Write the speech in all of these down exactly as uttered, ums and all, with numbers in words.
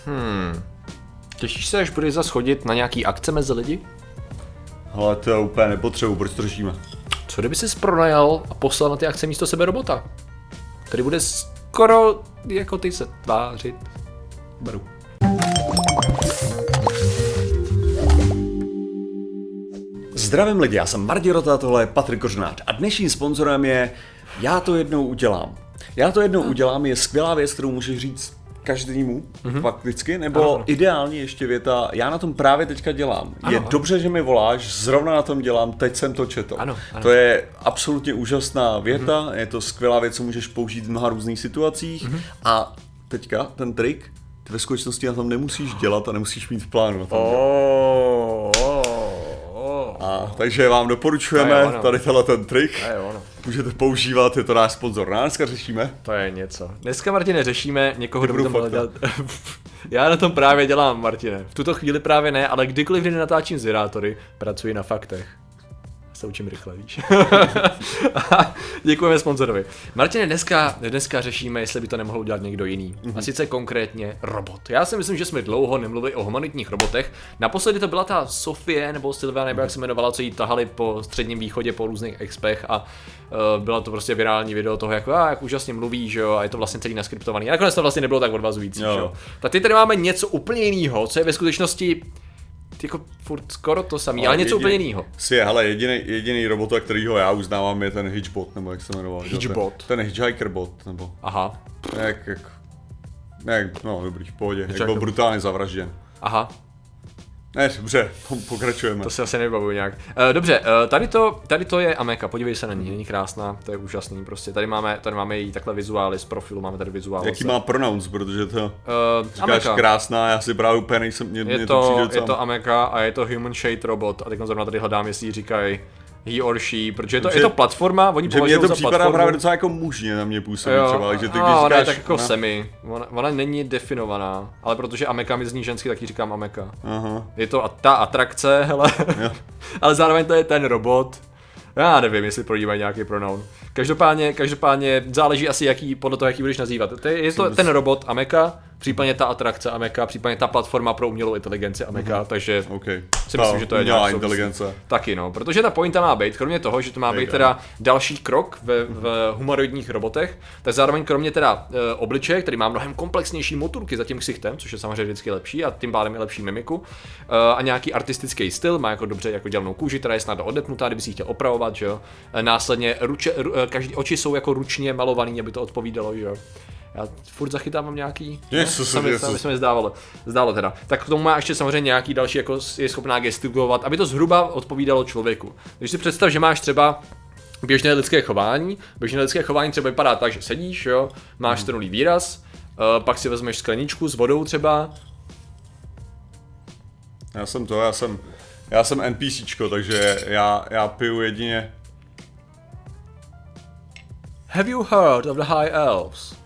Hmm. Těšíš se, až budeš zas chodit na nějaký akce mezi lidi? Ale to já úplně nepotřebuji, proč to řešíme? Co kdyby jsi pronajal a poslal na ty akce místo sebe robota? Který bude skoro jako ty se tvářit. Beru. Zdravím lidi, já jsem Martin Rota, tohle je Patrik Kořenář a dnešním sponzorem je Já to jednou udělám. Já to jednou udělám je skvělá věc, kterou můžeš říct každému, mm-hmm. fakticky, nebo ano. Ideálně ještě věta, já na tom právě teďka dělám. Ano, je ano. Dobře, že mi voláš, zrovna na tom dělám, teď jsem to četl. Ano, ano. To je absolutně úžasná věta, mm-hmm. je to skvělá věc, co můžeš použít v mnoha různých situacích mm-hmm. a teďka ten trik, ty ve skutečnosti na tom nemusíš dělat a nemusíš mít v plánu na tom oh, oh, oh. A takže vám doporučujeme tady tenhle ten trik. Můžete používat, je to náš sponzor. Na dneska řešíme. To je něco. Dneska, Martine, řešíme někoho, kdo by to mohl dělat. Já na tom právě dělám, Martine. V tuto chvíli právě ne, ale kdykoliv, kdy natáčím z Virátory, pracuji na faktech. Se učím rychle, víš. Děkujeme sponzorovi. Martine, dneska, dneska řešíme, jestli by to nemohl udělat někdo jiný. Mm-hmm. A sice konkrétně robot. Já si myslím, že jsme dlouho nemluvili o humanitních robotech. Naposledy to byla ta Sofie nebo Sylvia, nebo jak se jmenovala, co jí tahali po středním východě po různých expech a uh, byla to prostě virální video toho, jak, a, jak úžasně mluví, že jo, a je to vlastně celý naskriptovaný. A nakonec to vlastně nebylo tak odvazující, jo. Že jo. Tak teď tady máme něco úplně jiného, co je ve skutečnosti jako furt skoro to samý, ale, ale něco jediný, úplně jinýho. Si je, hele, jediný, jediný robot, kterýho já uznávám, je ten Hitchbot, nebo jak se jmenoval. Hitchbot? Ten, ten Hitchhiker bot, nebo... Aha. Jak, jak... Jak, no dobrý, v pohodě, jak byl brutálně zavražděn. Aha. Ne, dobře, pokračujeme. To si asi nevybavuju nějak. Uh, dobře, uh, tady, to, tady to je Ameka, podívej se na ní, není krásná, to je úžasný prostě. Tady máme, tady máme její takhle vizuály z profilu, máme tady vizuály. Jaký má pronouns, protože to uh, říkáš Ameka. Krásná, já si právě úplně nejsem, mě, je mě to, to přijde docela. Je to Ameka a je to human shade robot a teď zrovna tady hledám, jestli říkají he or she, protože je to, že, je to platforma, oni považují za platformu. Že mě to připadá právě docela jako mužně na mě působí jo, třeba, že ty no, když ona říkáš... je tak jako ona... semi, ona, ona není definovaná, ale protože Ameka mi zní žensky, tak ji říkám Ameka. Aha. Je to ta atrakce, hele, ale zároveň to je ten robot. Já nevím, jestli projímají nějaký pronoun. Každopádně, každopádně záleží asi jaký, podle toho, jaký budeš nazývat. To je, je to ten robot Ameka, případně ta atrakce Ameka, případně ta platforma pro umělou inteligenci Ameka, mm-hmm. takže okay. si myslím, ta že to je nějaká inteligence. Taky no, protože ta pointa má být, kromě toho, že to má být teda další krok ve, v humanoidních robotech, tak zároveň kromě teda e, obličeje, který má mnohem komplexnější motorky za tím ksichtem, což je samozřejmě vždycky lepší a tím pádem je lepší mimiku, e, a nějaký artistický styl, má jako dobře jako dělanou kůži, která je snad odepnutá, kdyby si ji chtěl opravovat, že jo. E, následně ruče, ru, každý oči jsou jako ručně malovaný, aby to odpovídalo, že jo. Já furt zachytávám nějaký, Jesus, ne? Sami se mi zdálo, zdálo teda. Tak k tomu má ještě samozřejmě nějaký další, jako je schopná gestikulovat, aby to zhruba odpovídalo člověku. Když si představ, že máš třeba běžné lidské chování, běžné lidské chování třeba vypadá tak, že sedíš, jo, máš hmm. strnulý výraz, uh, pak si vezmeš skleničku s vodou třeba. Já jsem to, já jsem, já jsem NPCčko, takže já, já piju jedině. Have you heard of the High Elves?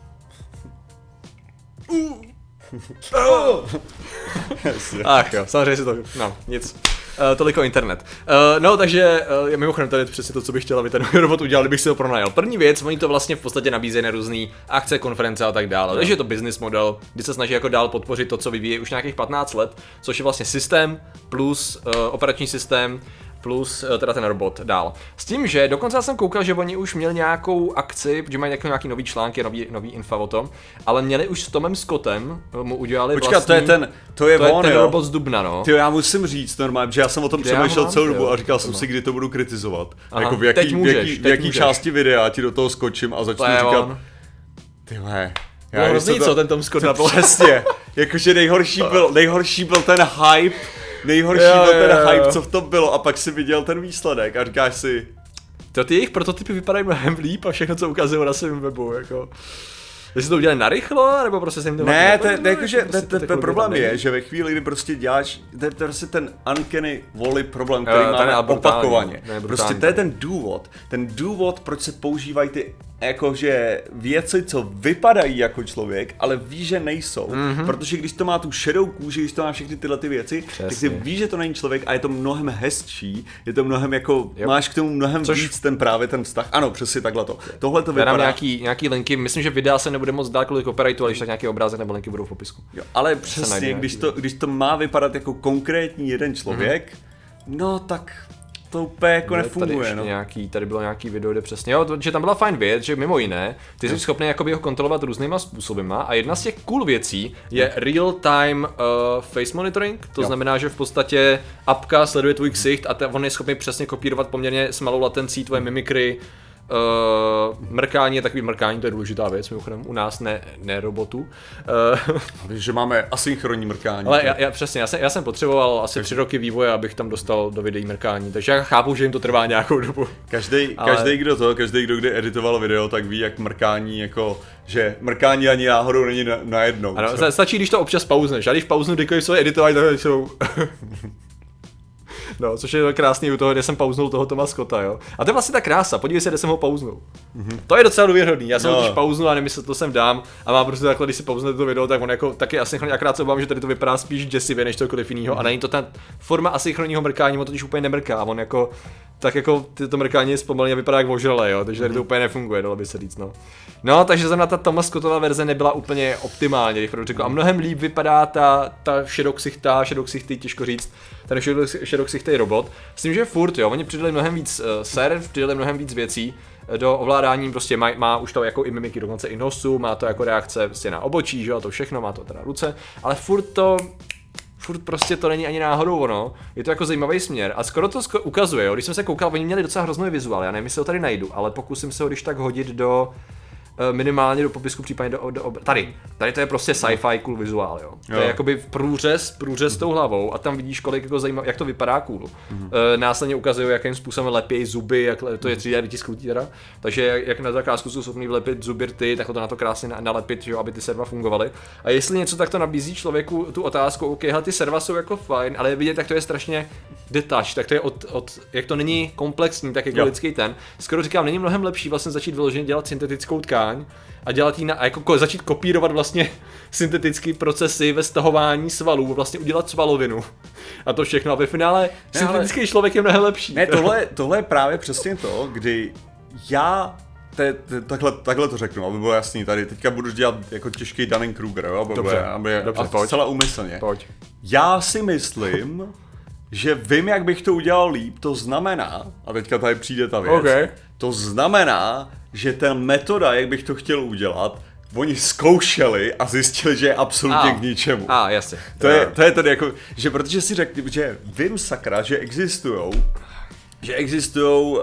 Uh. Oh. Ach jo, samozřejmě si to, no, nic. Uh, toliko internet. Uh, no, takže uh, mimochodem tady je přesně to, co bych chtěl, aby ten robot udělal, kdybych si ho pronajal. První věc, oni to vlastně v podstatě nabízejí na různé akce, konference a tak dále. Takže je to business model, kdy se snaží jako dál podpořit to, co vyvíjí už nějakých patnáct let, což je vlastně systém plus uh, operační systém plus teda ten robot dál. S tím, že dokonce jsem koukal, že oni už měli nějakou akci, že mají jako nějaký nový články, nový, nový info o tom, ale měli už s Tomem Scottem, mu udělali Počkat, vlastní... to je ten, to je, to on, je ten jo. robot z dubna, no. Tyjo, já musím říct normálně, že já jsem o tom přemýšlel celou dobu a říkal jsem si, kdy to budu kritizovat. Aha, jako v jaký, můžeš, v jaký, v jaký části videa ti do toho skočím a začnu říkat, tyhle. Já no, hrozný, to... co ten Tom Scott nabil. Přesně, jakože nejhorší byl, nejhorší byl ten hype, nejhorší jo, byl ten jo, hype, jo. co v tom bylo a pak si viděl ten výsledek a říkáš si... To ty jejich prototypy vypadají mnohem líp a všechno, co ukazují na svém webu, jako... Jestli to udělali narychlo, nebo prostě se jim to... Ne, to, to, jakože, ten prostě to, problém je, že ve chvíli, kdy prostě děláš, to je prostě ten uncanny valley problém, který jo, máme opakovaně. Prostě to je ten důvod, ten důvod, proč se používají ty jakože věci, co vypadají jako člověk, ale ví, že nejsou. Mm-hmm. Protože když to má tu šedou kůži, když to má všechny tyhle ty věci, přesně. Tak si ví, že to není člověk a je to mnohem hezčí, je to mnohem jako, yep. máš k tomu mnohem Což... víc ten právě ten vztah. Ano, přesně takhle to. Tohle to vypadá. Nějaký, nějaký linky, myslím, že videa jsem nebude moc dát kvůli copyrightu, ale když tak nějaký obrázek nebo linky budou v popisku. Jo, ale přesně, když to, když to má vypadat jako konkrétní jeden člověk, mm-hmm. no tak to úplně jako no, nefunguje. Tady, no. nějaký, tady bylo nějaký video, kde přesně, jo, že tam byla fajn věc, že mimo jiné, ty jsi no. schopný jakoby ho kontrolovat různýma způsobama a jedna z těch cool věcí je real-time uh, face monitoring, to jo. znamená, že v podstatě apka sleduje tvůj ksicht a te, on je schopný přesně kopírovat poměrně s malou latencí tvoje mimikry. Uh, mrkání je takový mrkání, to je důležitá věc, mimochodem u nás ne, ne robotů. Uh, Víš, že máme asynchronní mrkání. Ale já, já, přesně, já jsem, já jsem potřeboval asi tři roky vývoje, abych tam dostal do videí mrkání, takže já chápu, že jim to trvá nějakou dobu. Každý, ale... každý kdo to, každý kdo kdy editoval video, tak ví, jak mrkání jako, že mrkání ani náhodou není na, na jednou. Ano, co? Stačí, když to občas pauzneš, a když pauznu kdykoliv svoje editování, tak jsou... No, což je krásný u toho, kde jsem pauznul toho Toma Scotta, jo. A to je vlastně ta krása, podívej se, kde jsem ho pauznul. Mm-hmm. To je docela důvěrhodný, já jsem no. ho když pauznul a nemyslel, to sem dám a mám prostě takhle, když si pauznul to video, tak on jako taky asynchronní, akorát se obávám, že tady to vypadá spíš děsivě než cokoliv jiného mm-hmm. a není to ta forma asynchronního mrkání, on totiž úplně nemrká, on jako, tak jako to mrkání je zpomalení a vypadá jak ožralé, jo, takže mm-hmm. to úplně nefunguje, dalo by se říct, no. No, takže zrovna ta Toma Scottová verze nebyla úplně optimální, bych řekl, a mnohem líp vypadá ta, ta shadow-ksichtá, shadow-ksichtý, těžko říct, ten shadow-ksichtý robot. S tím, že furt, jo, oni přidali mnohem víc uh, serv, přidali mnohem víc věcí do ovládání, prostě má, má už to jako i mimiky, dokonce i nosu, má to jako reakce prostě na obočí, že jo, a to všechno, má to teda ruce, ale furt to, furt prostě to není ani náhodou ono, je to jako zajímavý směr a skoro to skoro ukazuje, jo, když jsem se koukal, oni měli docela hrozný vizuál, já nevím, jestli ho tady najdu, ale pokusím se ho když tak hodit do minimálně do popisku, případně do, do ob... tady, tady to je prostě sci-fi cool vizuál, jo. To jo. je jakoby průřez, průřez mm. tou hlavou a tam vidíš, kolik jako zajímavé, jak to vypadá cool. Mm. E, následně ukazují, jakým způsobem lepějí zuby, jak to je tři dé vytisknutí teda, takže jak na zakázku jsou schopný vlepit zuby rty, tak to na to krásně nalepit, jo, aby ty serva fungovaly. A jestli něco tak to nabízí člověku tu otázku, OK, hele, ty serva jsou jako fajn, ale vidět, tak to je strašně detached, tak to je od, od jak to není komplexní, tak jako jo. lidský ten. Skoro říkám, není mnohem lepší vlastně začít vyloženě dělat syntetickou tkáň a dělat jí na, a jako začít kopírovat vlastně syntetické procesy ve stahování svalů, vlastně udělat svalovinu a to všechno a ve finále ne, syntetický ale... člověk je mnohem lepší. Ne, tohle, tohle je právě přesně to, kdy já te, te, takhle, takhle to řeknu, aby bylo jasný, tady teďka budu dělat jako těžký Dunning-Kruger, jo, aby dobře, bylo, aby, dobře, a pojď. Zcela úmyslně. Pojď. Já si myslím, že vím, jak bych to udělal líp, to znamená, a teďka tady přijde ta věc, okay. to znamená, že ta metoda, jak bych to chtěl udělat, oni zkoušeli a zjistili, že je absolutně ah. k ničemu. A ah, jasně. To je, to je tedy jako, že protože si řekli, že vím sakra, že existujou, že existují uh,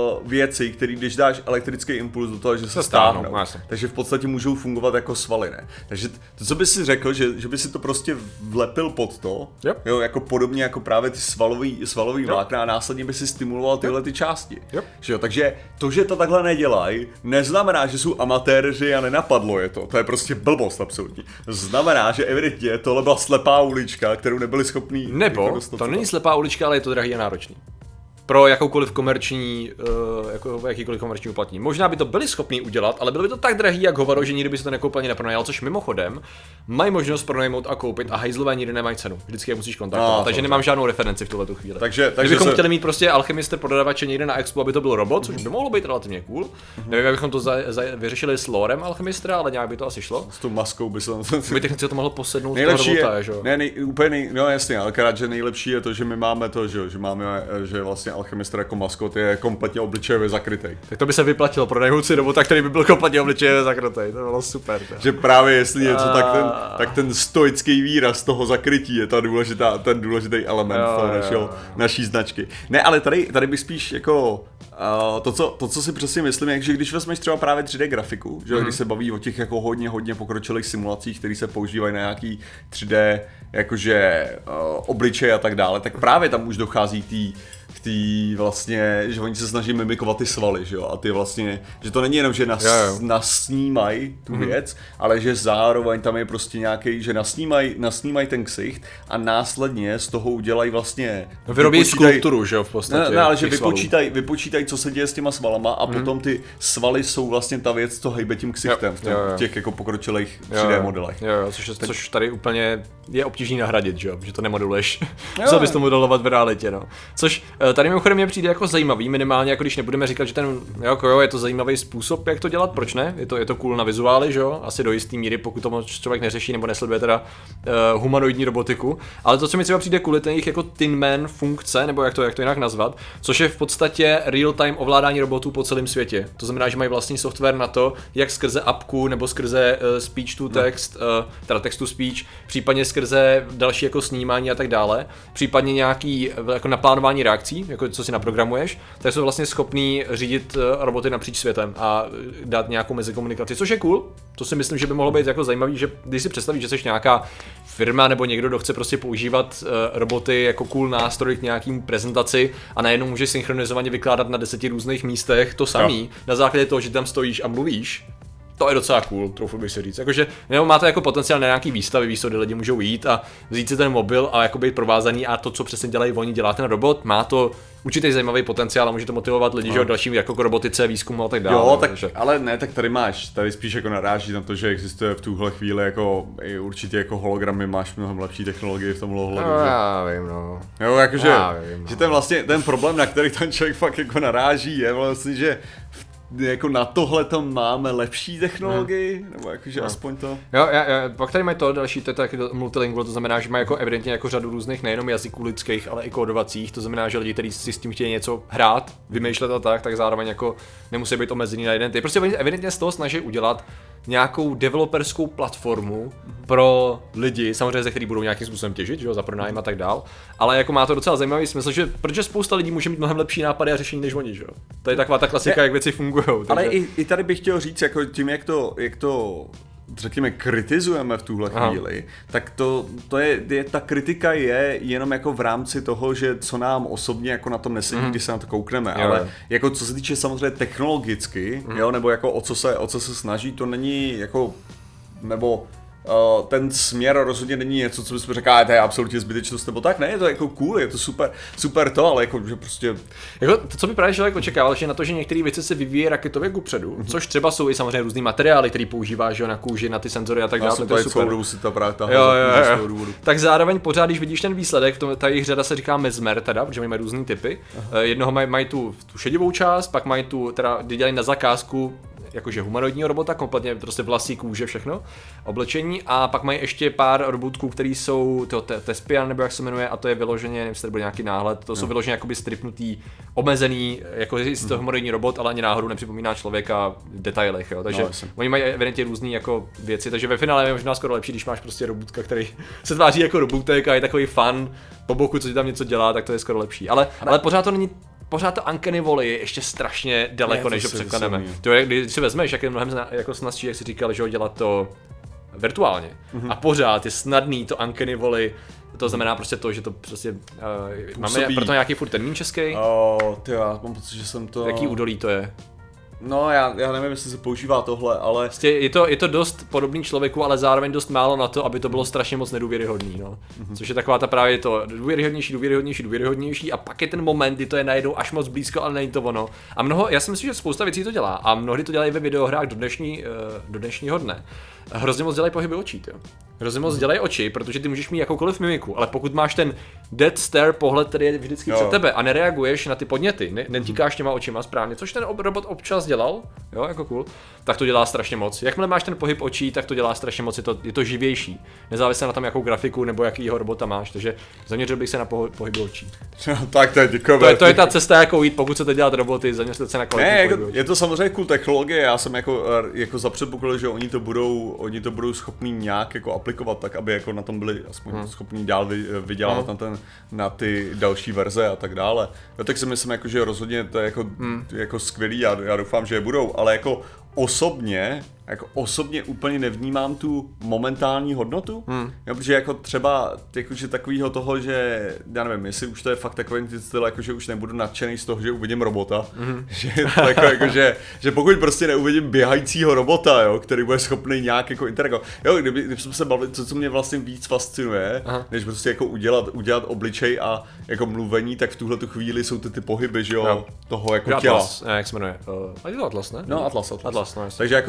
věci, které když dáš elektrický impuls do toho, že se stáhnou, stáhnou takže v podstatě můžou fungovat jako svaly, ne? Takže to, co by si řekl, že, že by si to prostě vlepil pod to, yep. jo, jako podobně jako právě ty svalový, svalový yep. vlákna a následně by si stimuloval tyhle ty části. Yep. Že jo, takže to, že to takhle nedělají, neznamená, že jsou amatéři a nenapadlo je to. To je prostě blbost absolutní. Znamená, že evidentně tohle byla slepá ulička, kterou nebyli schopní. Nebo jako to není slepá ulička, ale je to drahý a náročný. Pro jakoukoliv komerční, uh, jako jakýkoliv komerční uplatnění. Možná by to byli schopni udělat, ale bylo by to tak drahý jak hovado, že nikdy by se to nekoupil ani nepronajal, což mimochodem mají možnost pronajmout a koupit a hajzlové nikdy nemají cenu. Vždycky je musíš kontaktovat, no, takže nemám žádnou referenci v tuhletu chvíli. Takže, takže kdybychom se... chtěli mít prostě alchemistr prodavače někde na expo, aby to byl robot, což by mohlo být relativně cool. Mm-hmm. Nevím, jak bychom to za, za, vyřešili s lorem alchemistra, ale nějak by to asi šlo. S tou maskou by se by technicky to mohlo posednout nejlepší toho robota, je, že jo. Ne, nej, úplně nej, no jasně, ale akorát, že nejlepší je to, že my máme to, že, že máme že vlastně alchemistr jako masko je kompletně obličejově zakrytý. Tak to by se vyplatilo pro najmoucí robota, který by byl kompletně obličejově zakrytý. To bylo super. Ne? Že právě jestli něco, a... tak, ten, tak ten stoický výraz toho zakrytí je ta důležitá, ten důležitý element jo, toho našeho, naší značky. Ne, ale tady, tady bych spíš jako uh, to, co, to, co si přesně myslím, je, že když vezmeš třeba právě tři dé grafiku, že mm. když se baví o těch jako hodně, hodně pokročilých simulacích, které se používají na nějaký tři dé jakože uh, obličej a tak dále, tak právě tam už dochází tý k tý vlastně, že oni se snaží mimikovat ty svaly, že jo, a ty vlastně, že to není jenom, že nas, nasnímají tu mm-hmm. věc, ale že zároveň tam je prostě nějaký, že nasnímají nasnímaj ten ksicht a následně z toho udělají vlastně... No, vyrobí skulpturu, že jo, v podstatě. Ne, ne ale že vypočítají, vypočítaj, co se děje s těma svalama a mm-hmm. potom ty svaly jsou vlastně ta věc, co hejbe tím ksichtem v, tom, jo, jo. v těch jako pokročilých tři dé modelech. Jo, jo, což, tak... což tady úplně je obtížný nahradit, že jo, že to nemodeluješ. Musel bys to modelovat v realitě, no. Což Tady mimochodem mě přijde jako zajímavý, minimálně jako když nebudeme říkat, že ten, jako jo, je to zajímavý způsob, jak to dělat, proč ne? Je to, je to cool na vizuály, že jo? Asi do jistý míry, pokud to člověk neřeší nebo nesleduje teda uh, humanoidní robotiku. Ale to, co mi třeba přijde cool, je ten jejich jako Tin Man funkce, nebo jak to, jak to jinak nazvat, což je v podstatě real-time ovládání robotů po celém světě. To znamená, že mají vlastní software na to, jak skrze apku nebo skrze uh, speech to text, uh, teda text to speech, případně skrze další jako snímání a tak dále, případně nějaký jako naplánování reakcí, jako co si naprogramuješ, tak jsou vlastně schopný řídit roboty napříč světem a dát nějakou mezikomunikaci, což je cool. To si myslím, že by mohlo být jako zajímavý, že když si představíš, že jsi nějaká firma nebo někdo, kdo chce prostě používat uh, roboty jako cool nástroj k nějakým prezentaci a najednou můžeš synchronizovaně vykládat na deseti různých místech to samý, no. Na základě toho, že tam stojíš a mluvíš. To je docela cool, troufl bych si říct. Jakože, nebo má to jako potenciál na nějaký výstavy, víš co, kde lidi můžou jít a vzít si ten mobil a jako být provázaný a to, co přesně dělají oni, dělá ten robot, má to určitý zajímavý potenciál a může to motivovat lidi, no. Že dalším jako k robotice, výzkumu a tak dále. Jo, tak, takže... ale ne, tak tady máš, tady spíš jako naráží na to, že existuje v tuhle chvíli jako určitě jako hologramy, máš mnohem lepší technologie v tomhle ohledu. No, já vím, no. Jo, jakože, vím, no. Že ten vlastně, ten problém, na který ten člověk fakt jako naráží, je vlastně, že jako na tohle to máme lepší technologii, hmm. nebo jakože no. Aspoň to. Jo, já, já, pak tady mají to další, to je taky multilingual, to znamená, že mají jako evidentně jako řadu různých nejenom jazyků lidských, ale i kódovacích, to znamená, že lidi, kteří si s tím chtějí něco hrát, vymýšlet a tak, tak zároveň jako nemusí být omezený na jeden typ. Prostě oni evidentně z toho snaží udělat nějakou developerskou platformu pro lidi, samozřejmě ze který budou nějakým způsobem těžit, že jo, za pronájem a tak dál, ale jako má to docela zajímavý smysl, že protože spousta lidí může mít mnohem lepší nápady a řešení než oni, že jo. To je taková ta klasika, je, jak věci fungují. Ale takže... i, i tady bych chtěl říct, jako tím, jak to, jak to řekněme, kritizujeme v tuhle chvíli, aha. Tak to, to je, je, ta kritika je jenom jako v rámci toho, že co nám osobně jako na tom nesedí, mm. když se na to koukneme, jo. Ale jako co se týče samozřejmě technologicky, mm. jo, nebo jako o co se, o co se snaží, to není jako, nebo Uh, ten směr rozhodně není něco, co bychom řekli, to je absolutně zbytečnost nebo tak, ne, je to jako cool, je to super, super to, ale jako, že prostě... Jako to, co by právě člověk očekával, že na to, že některé věci se vyvíjí raketově kupředu, mm-hmm. což třeba jsou i samozřejmě různý materiály, který používáš, že na kůži, na ty senzory a tak dále, to je super. Dobu si to právě jo, jo, jo. Tak zároveň pořád, když vidíš ten výsledek, v tom, ta jejich řada se říká Mesmer teda, protože mají různý typy. Aha. Jednoho mají, mají tu, tu šedivou část, pak mají tu, teda, kdy dělají na zakázku, jakože humanoidního robota, kompletně prostě vlasy, kůže, všechno, oblečení a pak mají ještě pár robotků, který jsou to Tespian, nebo jak se jmenuje, a to je vyloženě, nevím, jestli to byl nějaký náhled, to no. Jsou vyloženě jakoby stripnutý, omezený, jako je to humanoidní robot, ale ani náhodou nepřipomíná člověka v detailech, jo, takže no, oni mají evidentně různý jako věci, takže ve finále je možná skoro lepší, když máš prostě robotka, který se tváří jako robotek a je takový fun po boku, co ti tam něco dělá, tak to je skoro lepší, ale, ale, ale pořád to není Pořád to Uncanny Valley je ještě strašně daleko, než ho překlademe. To je, když si vezmeš, jak je mnohem jako snazší, jak jsi říkal, že ho dělat to virtuálně. Mm-hmm. A pořád je snadný to Uncanny Valley, to znamená prostě to, že to prostě, uh, máme proto nějaký furt termín český. Oh, ty já mám pocit, že jsem to... Jaký údolí to je? No, já, já nevím, jestli se používá tohle, ale... Prostě je to, je to dost podobný člověku, ale zároveň dost málo na to, aby to bylo strašně moc nedůvěryhodný, no. Mm-hmm. Což je taková ta právě to důvěryhodnější, důvěryhodnější, důvěryhodnější a pak je ten moment, kdy to je najednou až moc blízko, ale není to ono. A mnoho, já si myslím, že spousta věcí to dělá a mnohdy to dělají ve videohrách do, dnešní, do dnešního dne. Hrozně moc dělají pohyby očí, jo. Hrozně moc dělají oči, protože ty můžeš mít jakoukoliv mimiku, ale pokud máš ten dead stare pohled, který je vždycky jo. Před tebe a nereaguješ na ty podněty, ne, netíkáš těma očima správně, což ten robot občas dělal, jo, jako cool, tak to dělá strašně moc. Jakmile máš ten pohyb očí, tak to dělá strašně moc, je to, je to živější. Nezávisle na tom, jakou grafiku nebo jakýho robota máš, takže zaměřil bych se na pohyb očí. Tak to je děkujeme. To je, to je ta cesta, jako jít, pokud chcete dělat roboty, zaměřte se na kvalitní ne, jako, je to samozřejmě cool technologie, já jsem jako, jako za předpoklad, že oni to budou, oni to budou schopní nějak jako aplikovat tak, aby jako na tom byli aspoň hmm. schopní dál vy, vydělávat hmm. na, ten, na ty další verze a tak dále. No, tak si myslím, jako, že rozhodně to je jako, hmm. jako skvělý, já, já doufám, že je budou, ale jako osobně, jako osobně úplně nevnímám tu momentální hodnotu, hmm. jo, protože jako třeba jakože takovýho toho, že já nevím, jestli už to je fakt takový styl, jako že už nebudu nadšený z toho, že uvidím robota, hmm. že, to jako, jako, že, že pokud prostě neuvidím běhajícího robota, jo, který bude schopný nějak jako interagovat, jo, kdyby, kdyby jsme se bavili, co, co mě vlastně víc fascinuje, aha. než prostě jako udělat, udělat obličej a jako mluvení, tak v tuhle tu chvíli jsou ty, ty pohyby, že jo, no. toho jako těla. Atlas, ne, jak se jmenuje, uh, a je to Atlas, ne? No, Atlas, Atlas. Atlas no, takže jako kdyby, kdyby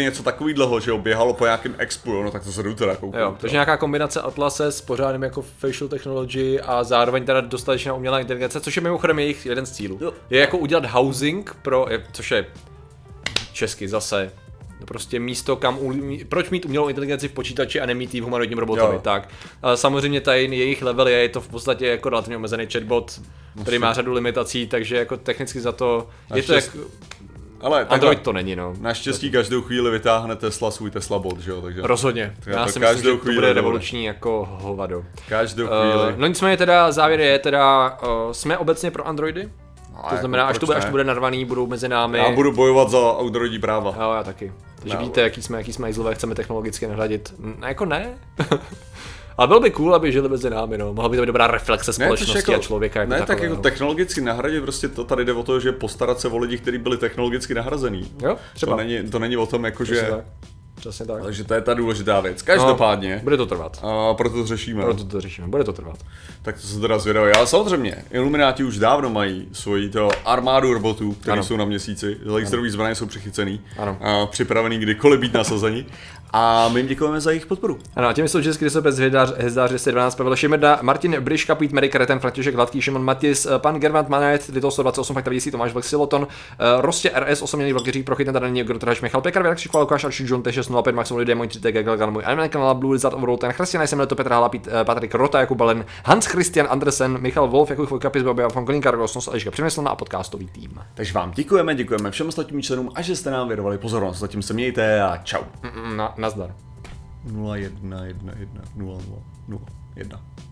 kdyby něco takovýhleho, že oběhalo po nějakém expu, no tak to se jdu teda kouknout. Jo, takže nějaká kombinace Atlase s pořádným jako facial technology a zároveň teda dostatečná umělá inteligence, což je mimochodem jejich jeden z cílů. Jo. Je jako udělat housing pro, což je česky zase, prostě místo, kam umí, proč mít umělou inteligenci v počítači a nemít ji v humanoidním robotovi, jo. Tak. A samozřejmě tady jejich level je, je to v podstatě jako relativně omezený chatbot, který má řadu limitací, takže jako technicky za to, je to jak... Ale Android to není, no. Naštěstí každou chvíli vytáhne Tesla svůj Tesla bot, že jo, takže... Rozhodně, já si myslím, že to bude revoluční jako hovado. Každou chvíli. Uh, no nicméně teda závěr je teda, uh, jsme obecně pro Androidy? No, to znamená, jako až, to bude, až to bude narvaný, budou mezi námi. Já budu bojovat za autorodí práva. Jo, já taky. Takže no. Víte, jaký jsme, jaký jsme hajzlové, chceme technologicky nahradit. No, jako ne. Ale bylo by cool, aby žili mezi námi, no. Mohla by to být dobrá reflexe společnosti ne, jako, a člověka jako ne, takové, tak jako no. Technologicky nahradit, prostě to tady jde o to, že postarat se o lidi, kteří byli technologicky nahrazený. Jo, třeba. To není, to není o tom, jako že... Tak. Přesně tak. Takže to je ta důležitá věc. Každopádně. No, bude to trvat. A proto to řešíme. Proto to řešíme, bude to trvat. Tak to se teda zvědavý. Ale samozřejmě, Illuminati už dávno mají svoji to armádu robotů, které jsou na měsíci. Laserový zbraně jsou přichycený. Ano. A připravený kdykoliv být nasazení. A my jim děkujeme za jejich podporu. Ano, a těmi jsou Český Rysopec, Hvězdář deset dvanáct, Pavel Šimerda, Martin Bryška, Pít Merik, Reten, František Hladký, Šimon Matis, pan Gervant Manet, Lito sto dvacet osm, Fakta vidící, Tomáš Vlk, Siloton, Rostě R S, osamělý Vlkeří, Prochytne, Tadaný, Grotraž, Michal Pekar, Věrak, Šikval, Lukáš, Arši, John, T šest nula pět, Maximum Lidé, můj tři T, Gagal, můj anime kanál, Blue Lizard, Overall, ten Christian, jsem to Petr Hala, Pít, Patrik Rota, Jakub Balen, Hans Christian Andersen, Michal Wolf, Jakub Fojkapis, Bobby, Fonkolín, Kargos, Nos, Eliška Přemyslovna a podcastový tým. Takže vám děkujeme, děkujeme všem ostatním členům a že jste nám věnovali pozornost. Zatím se mějte a čau. Na, nazdar. nula jedna jedna jedna nula nula nula jedna